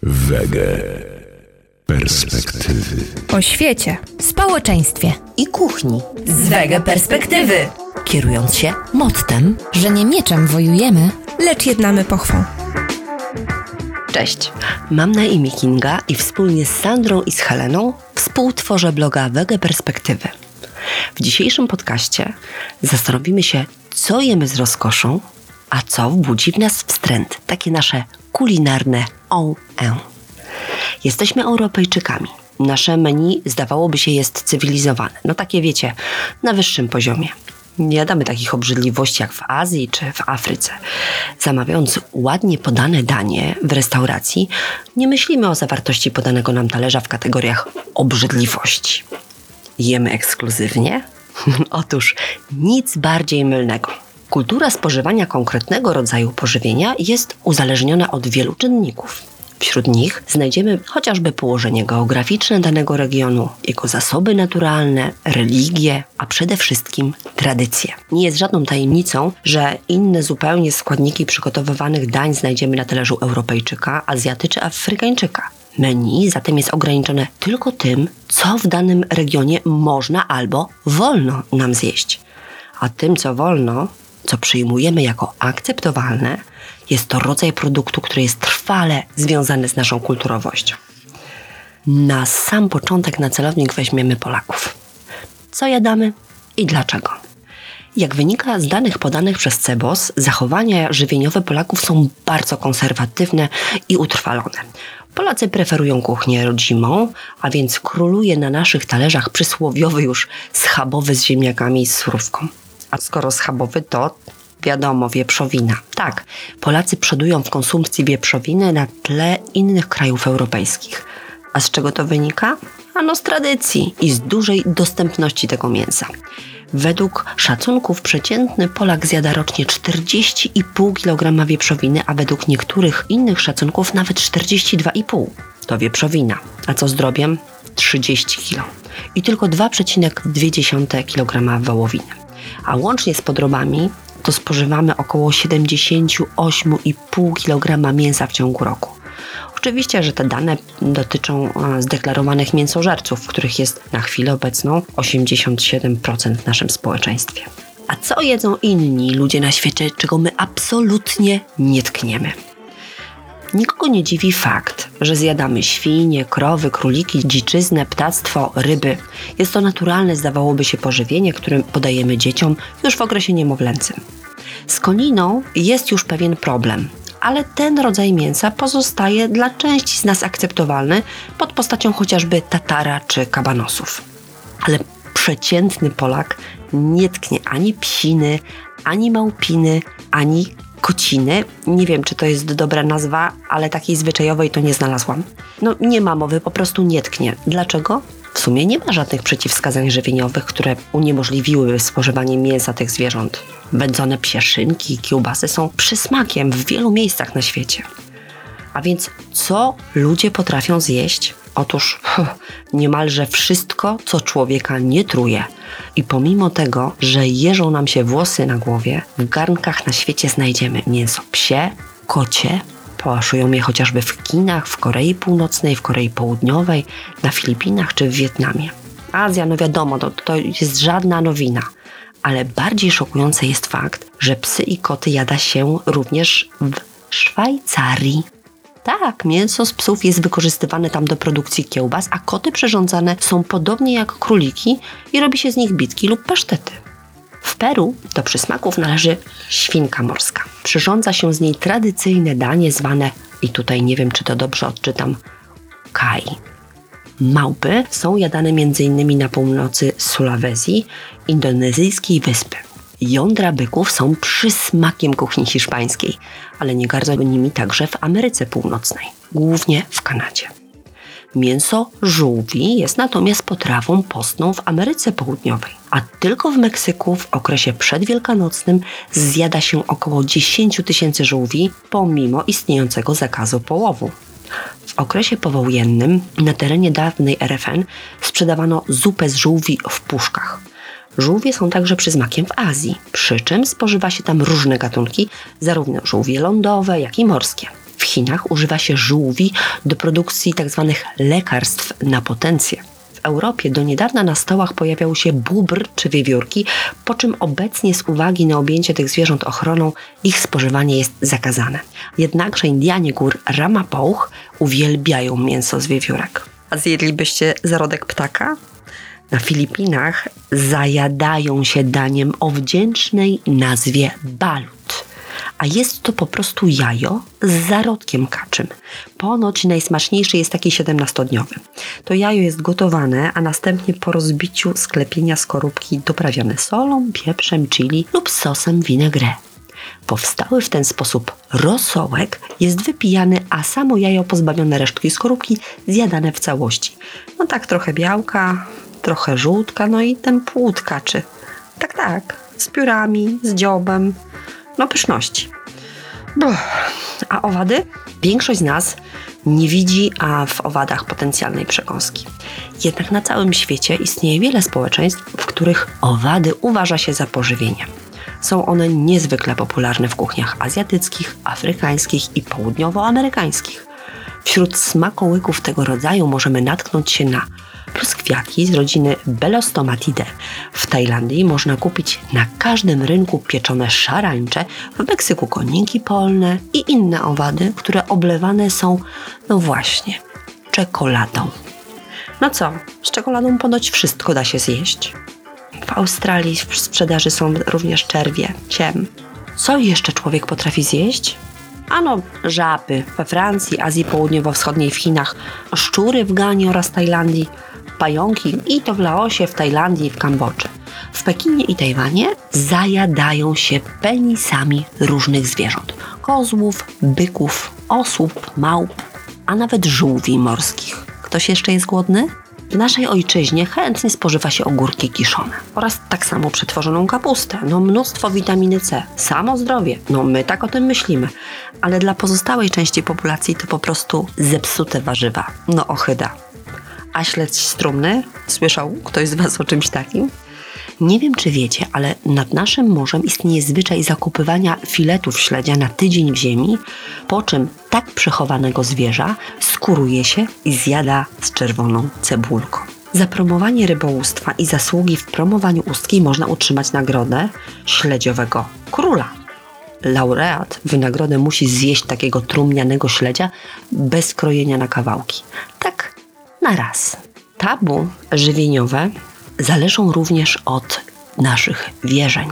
Wege Perspektywy. O świecie, społeczeństwie i kuchni z Wege Perspektywy, kierując się mottem, że nie mieczem wojujemy, lecz jednamy pochwą. Cześć, mam na imię Kinga i wspólnie z Sandrą i z Heleną współtworzę bloga Wege Perspektywy. W dzisiejszym podcaście zastanowimy się, co jemy z rozkoszą, a co budzi w nas wstręt, takie nasze kulinarne on-en. Jesteśmy Europejczykami. Nasze menu, zdawałoby się, jest cywilizowane. No takie wiecie, na wyższym poziomie. Nie jadamy takich obrzydliwości jak w Azji czy w Afryce. Zamawiając ładnie podane danie w restauracji, nie myślimy o zawartości podanego nam talerza w kategoriach obrzydliwości. Jemy ekskluzywnie? Otóż nic bardziej mylnego. Kultura spożywania konkretnego rodzaju pożywienia jest uzależniona od wielu czynników. Wśród nich znajdziemy chociażby położenie geograficzne danego regionu, jego zasoby naturalne, religie, a przede wszystkim tradycje. Nie jest żadną tajemnicą, że inne zupełnie składniki przygotowywanych dań znajdziemy na talerzu Europejczyka, Azjaty czy Afrykańczyka. Menu zatem jest ograniczone tylko tym, co w danym regionie można albo wolno nam zjeść. A tym, co wolno, co przyjmujemy jako akceptowalne, jest to rodzaj produktu, który jest trwale związany z naszą kulturowością. Na sam początek na celownik weźmiemy Polaków. Co jadamy i dlaczego? Jak wynika z danych podanych przez CBOS, zachowania żywieniowe Polaków są bardzo konserwatywne i utrwalone. Polacy preferują kuchnię rodzimą, a więc króluje na naszych talerzach przysłowiowy już schabowy z ziemniakami i z surówką. A skoro schabowy, to wiadomo, wieprzowina. Tak, Polacy przodują w konsumpcji wieprzowiny na tle innych krajów europejskich. A z czego to wynika? Ano z tradycji i z dużej dostępności tego mięsa. Według szacunków przeciętny Polak zjada rocznie 40,5 kg wieprzowiny, a według niektórych innych szacunków nawet 42,5. To wieprzowina. A co z drobiem? 30 kg. I tylko 2,2 kg wołowiny. A łącznie z podrobami to spożywamy około 78,5 kg mięsa w ciągu roku. Oczywiście, że te dane dotyczą zdeklarowanych mięsożerców, których jest na chwilę obecną 87% w naszym społeczeństwie. A co jedzą inni ludzie na świecie, czego my absolutnie nie tkniemy? Nikogo nie dziwi fakt, że zjadamy świnie, krowy, króliki, dziczyznę, ptactwo, ryby. Jest to naturalne, zdawałoby się, pożywienie, które podajemy dzieciom już w okresie niemowlęcym. Z koniną jest już pewien problem, ale ten rodzaj mięsa pozostaje dla części z nas akceptowalny pod postacią chociażby tatara czy kabanosów. Ale przeciętny Polak nie tknie ani psiny, ani małpiny, ani kociny. Nie wiem, czy to jest dobra nazwa, ale takiej zwyczajowej to nie znalazłam. No nie ma mowy, po prostu nie tknie. Dlaczego? W sumie nie ma żadnych przeciwwskazań żywieniowych, które uniemożliwiłyby spożywanie mięsa tych zwierząt. Wędzone psie szynki i kiełbasy są przysmakiem w wielu miejscach na świecie. A więc co ludzie potrafią zjeść? Otóż niemalże wszystko, co człowieka nie truje. I pomimo tego, że jeżą nam się włosy na głowie, w garnkach na świecie znajdziemy mięso psie, kocie, pałaszują je chociażby w Chinach, w Korei Północnej, w Korei Południowej, na Filipinach czy w Wietnamie. Azja, no wiadomo, to jest żadna nowina. Ale bardziej szokujący jest fakt, że psy i koty jada się również w Szwajcarii. Tak, mięso z psów jest wykorzystywane tam do produkcji kiełbas, a koty przyrządzane są podobnie jak króliki i robi się z nich bitki lub pasztety. W Peru do przysmaków należy świnka morska. Przyrządza się z niej tradycyjne danie zwane, i tutaj nie wiem, czy to dobrze odczytam, kai. Małpy są jadane m.in. na północy Sulawesi, indonezyjskiej wyspy. Jądra byków są przysmakiem kuchni hiszpańskiej, ale nie gardzą nimi także w Ameryce Północnej, głównie w Kanadzie. Mięso żółwi jest natomiast potrawą postną w Ameryce Południowej, a tylko w Meksyku w okresie przedwielkanocnym zjada się około 10 000 żółwi pomimo istniejącego zakazu połowu. W okresie powojennym na terenie dawnej RFN sprzedawano zupę z żółwi w puszkach. Żółwie są także przysmakiem w Azji, przy czym spożywa się tam różne gatunki, zarówno żółwie lądowe, jak i morskie. W Chinach używa się żółwi do produkcji tzw. lekarstw na potencję. W Europie do niedawna na stołach pojawiał się bóbr czy wiewiórki, po czym obecnie z uwagi na objęcie tych zwierząt ochroną ich spożywanie jest zakazane. Jednakże Indianie gór Ramapauch uwielbiają mięso z wiewiórek. A zjedlibyście zarodek ptaka? Na Filipinach zajadają się daniem o wdzięcznej nazwie balut. A jest to po prostu jajo z zarodkiem kaczym. Ponoć najsmaczniejszy jest taki 17-dniowy. To jajo jest gotowane, a następnie po rozbiciu sklepienia skorupki doprawiane solą, pieprzem, chili lub sosem vinaigrette. Powstały w ten sposób rosołek jest wypijany, a samo jajo pozbawione resztki skorupki zjadane w całości. No tak trochę białka, trochę żółtka, no i ten płód kaczy. Tak, z piórami, z dziobem. No pyszności. A owady? Większość z nas nie widzi w owadach potencjalnej przekąski. Jednak na całym świecie istnieje wiele społeczeństw, w których owady uważa się za pożywienie. Są one niezwykle popularne w kuchniach azjatyckich, afrykańskich i południowoamerykańskich. Wśród smakołyków tego rodzaju możemy natknąć się na pluskwiaki z rodziny Belostomatidae. W Tajlandii można kupić na każdym rynku pieczone szarańcze, w Meksyku koniki polne i inne owady, które oblewane są, no właśnie, czekoladą. No co, z czekoladą ponoć wszystko da się zjeść. W Australii w sprzedaży są również czerwie, ciem. Co jeszcze człowiek potrafi zjeść? Ano żaby we Francji, Azji Południowo-Wschodniej, w Chinach, szczury w Ganie oraz Tajlandii, pająki i to w Laosie, w Tajlandii i w Kambodży. W Pekinie i Tajwanie zajadają się penisami różnych zwierząt. Kozłów, byków, osób, małp, a nawet żółwi morskich. Ktoś jeszcze jest głodny? W naszej ojczyźnie chętnie spożywa się ogórki kiszone oraz tak samo przetworzoną kapustę. No mnóstwo witaminy C, samo zdrowie. No my tak o tym myślimy. Ale dla pozostałej części populacji to po prostu zepsute warzywa. No ohyda. A śledź strumny? Słyszał ktoś z Was o czymś takim? Nie wiem, czy wiecie, ale nad naszym morzem istnieje zwyczaj zakupywania filetów śledzia na tydzień w ziemi, po czym tak przechowanego zwierza skóruje się i zjada z czerwoną cebulką. Za promowanie rybołówstwa i zasługi w promowaniu ustki można utrzymać nagrodę śledziowego króla. Laureat w nagrodę musi zjeść takiego trumnianego śledzia bez krojenia na kawałki. Tak na raz. Tabu żywieniowe zależą również od naszych wierzeń.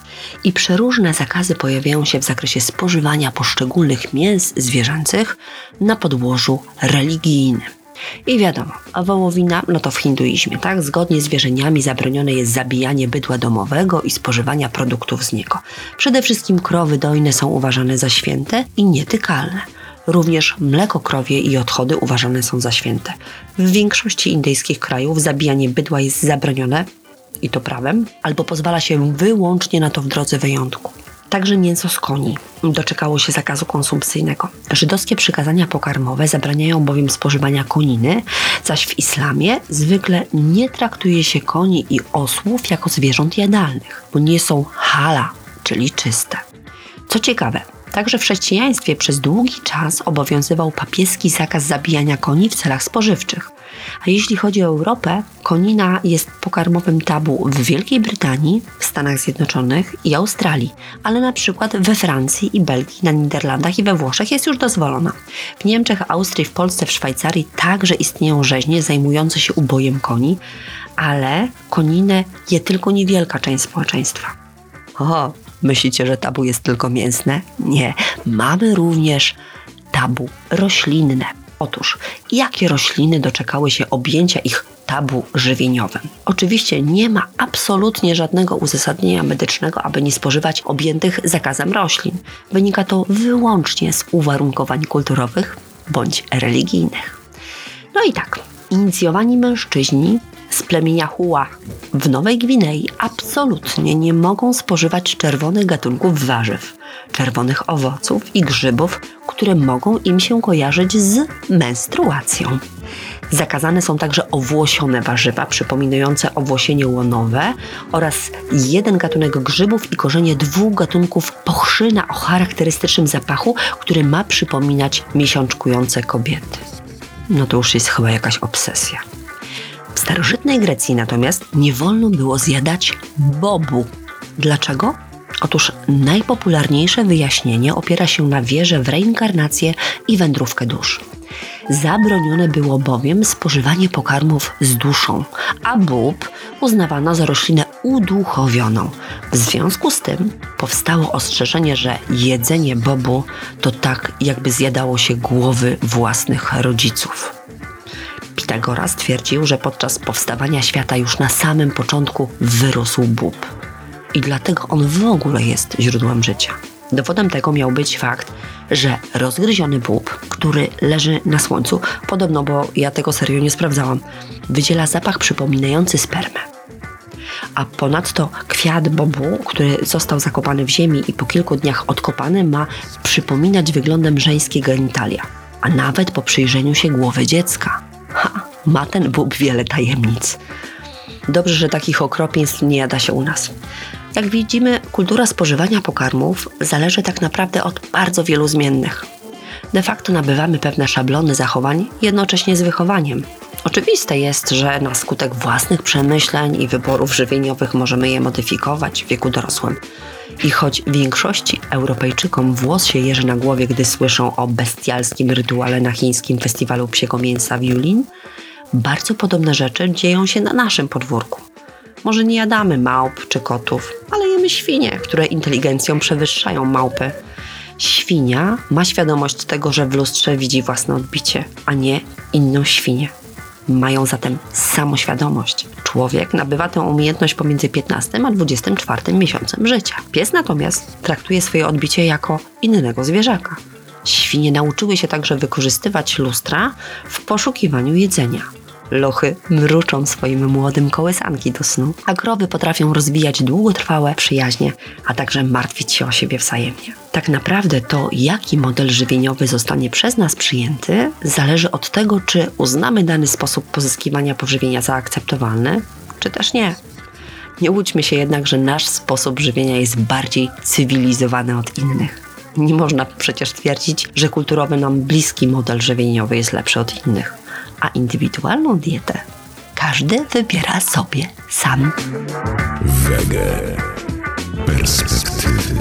I przeróżne zakazy pojawiają się w zakresie spożywania poszczególnych mięs zwierzęcych na podłożu religijnym. I wiadomo, a wołowina, no to w hinduizmie, tak? Zgodnie z wierzeniami zabronione jest zabijanie bydła domowego i spożywania produktów z niego. Przede wszystkim krowy dojne są uważane za święte i nietykalne. Również mleko krowie i odchody uważane są za święte. W większości indyjskich krajów zabijanie bydła jest zabronione, i to prawem, albo pozwala się wyłącznie na to w drodze wyjątku. Także mięso z koni doczekało się zakazu konsumpcyjnego. Żydowskie przykazania pokarmowe zabraniają bowiem spożywania koniny, zaś w islamie zwykle nie traktuje się koni i osłów jako zwierząt jadalnych, bo nie są halal, czyli czyste. Co ciekawe, także w chrześcijaństwie przez długi czas obowiązywał papieski zakaz zabijania koni w celach spożywczych. A jeśli chodzi o Europę, konina jest pokarmowym tabu w Wielkiej Brytanii, w Stanach Zjednoczonych i Australii, ale na przykład we Francji i Belgii, na Niderlandach i we Włoszech jest już dozwolona. W Niemczech, Austrii, w Polsce, w Szwajcarii także istnieją rzeźnie zajmujące się ubojem koni, ale koninę je tylko niewielka część społeczeństwa. O, myślicie, że tabu jest tylko mięsne? Nie, mamy również tabu roślinne. Otóż, jakie rośliny doczekały się objęcia ich tabu żywieniowym? Oczywiście nie ma absolutnie żadnego uzasadnienia medycznego, aby nie spożywać objętych zakazem roślin. Wynika to wyłącznie z uwarunkowań kulturowych bądź religijnych. No i tak, inicjowani mężczyźni z plemienia Hua w Nowej Gwinei absolutnie nie mogą spożywać czerwonych gatunków warzyw, czerwonych owoców i grzybów, które mogą im się kojarzyć z menstruacją. Zakazane są także owłosione warzywa przypominające owłosienie łonowe oraz jeden gatunek grzybów i korzenie 2 gatunków pochrzyna o charakterystycznym zapachu, który ma przypominać miesiączkujące kobiety. No to już jest chyba jakaś obsesja. W starożytnej Grecji natomiast nie wolno było zjadać bobu. Dlaczego? Otóż najpopularniejsze wyjaśnienie opiera się na wierze w reinkarnację i wędrówkę dusz. Zabronione było bowiem spożywanie pokarmów z duszą, a bób uznawano za roślinę uduchowioną. W związku z tym powstało ostrzeżenie, że jedzenie bobu to tak, jakby zjadało się głowy własnych rodziców. Pitagoras twierdził, że podczas powstawania świata już na samym początku wyrósł bób. I dlatego on w ogóle jest źródłem życia. Dowodem tego miał być fakt, że rozgryziony bób, który leży na słońcu, podobno, bo ja tego serio nie sprawdzałam, wydziela zapach przypominający spermę. A ponadto kwiat bobu, który został zakopany w ziemi i po kilku dniach odkopany, ma przypominać wyglądem żeńskie genitalia, a nawet po przyjrzeniu się głowy dziecka. Ma ten bób wiele tajemnic. Dobrze, że takich okropieństw nie jada się u nas. Jak widzimy, kultura spożywania pokarmów zależy tak naprawdę od bardzo wielu zmiennych. De facto nabywamy pewne szablony zachowań jednocześnie z wychowaniem. Oczywiste jest, że na skutek własnych przemyśleń i wyborów żywieniowych możemy je modyfikować w wieku dorosłym. I choć większości Europejczykom włos się jeży na głowie, gdy słyszą o bestialskim rytuale na chińskim festiwalu psiego mięsa w Yulin, bardzo podobne rzeczy dzieją się na naszym podwórku. Może nie jadamy małp czy kotów, ale jemy świnie, które inteligencją przewyższają małpy. Świnia ma świadomość tego, że w lustrze widzi własne odbicie, a nie inną świnię. Mają zatem samoświadomość. Człowiek nabywa tę umiejętność pomiędzy 15 a 24 miesiącem życia. Pies natomiast traktuje swoje odbicie jako innego zwierzaka. Świnie nauczyły się także wykorzystywać lustra w poszukiwaniu jedzenia. Lochy mruczą swoim młodym kołysanki do snu, a krowy potrafią rozwijać długotrwałe przyjaźnie, a także martwić się o siebie wzajemnie. Tak naprawdę to, jaki model żywieniowy zostanie przez nas przyjęty, zależy od tego, czy uznamy dany sposób pozyskiwania pożywienia za akceptowalny, czy też nie. Nie łudźmy się jednak, że nasz sposób żywienia jest bardziej cywilizowany od innych. Nie można przecież twierdzić, że kulturowy nam bliski model żywieniowy jest lepszy od innych. A indywidualną dietę każdy wybiera sobie sam. Wege. Perspektywy.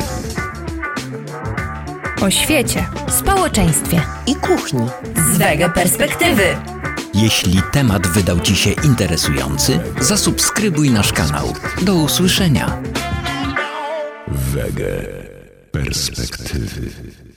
O świecie, społeczeństwie I kuchni. z Wege Perspektywy. Jeśli temat wydał Ci się interesujący, zasubskrybuj nasz kanał. Do usłyszenia. Wege. Perspektywy.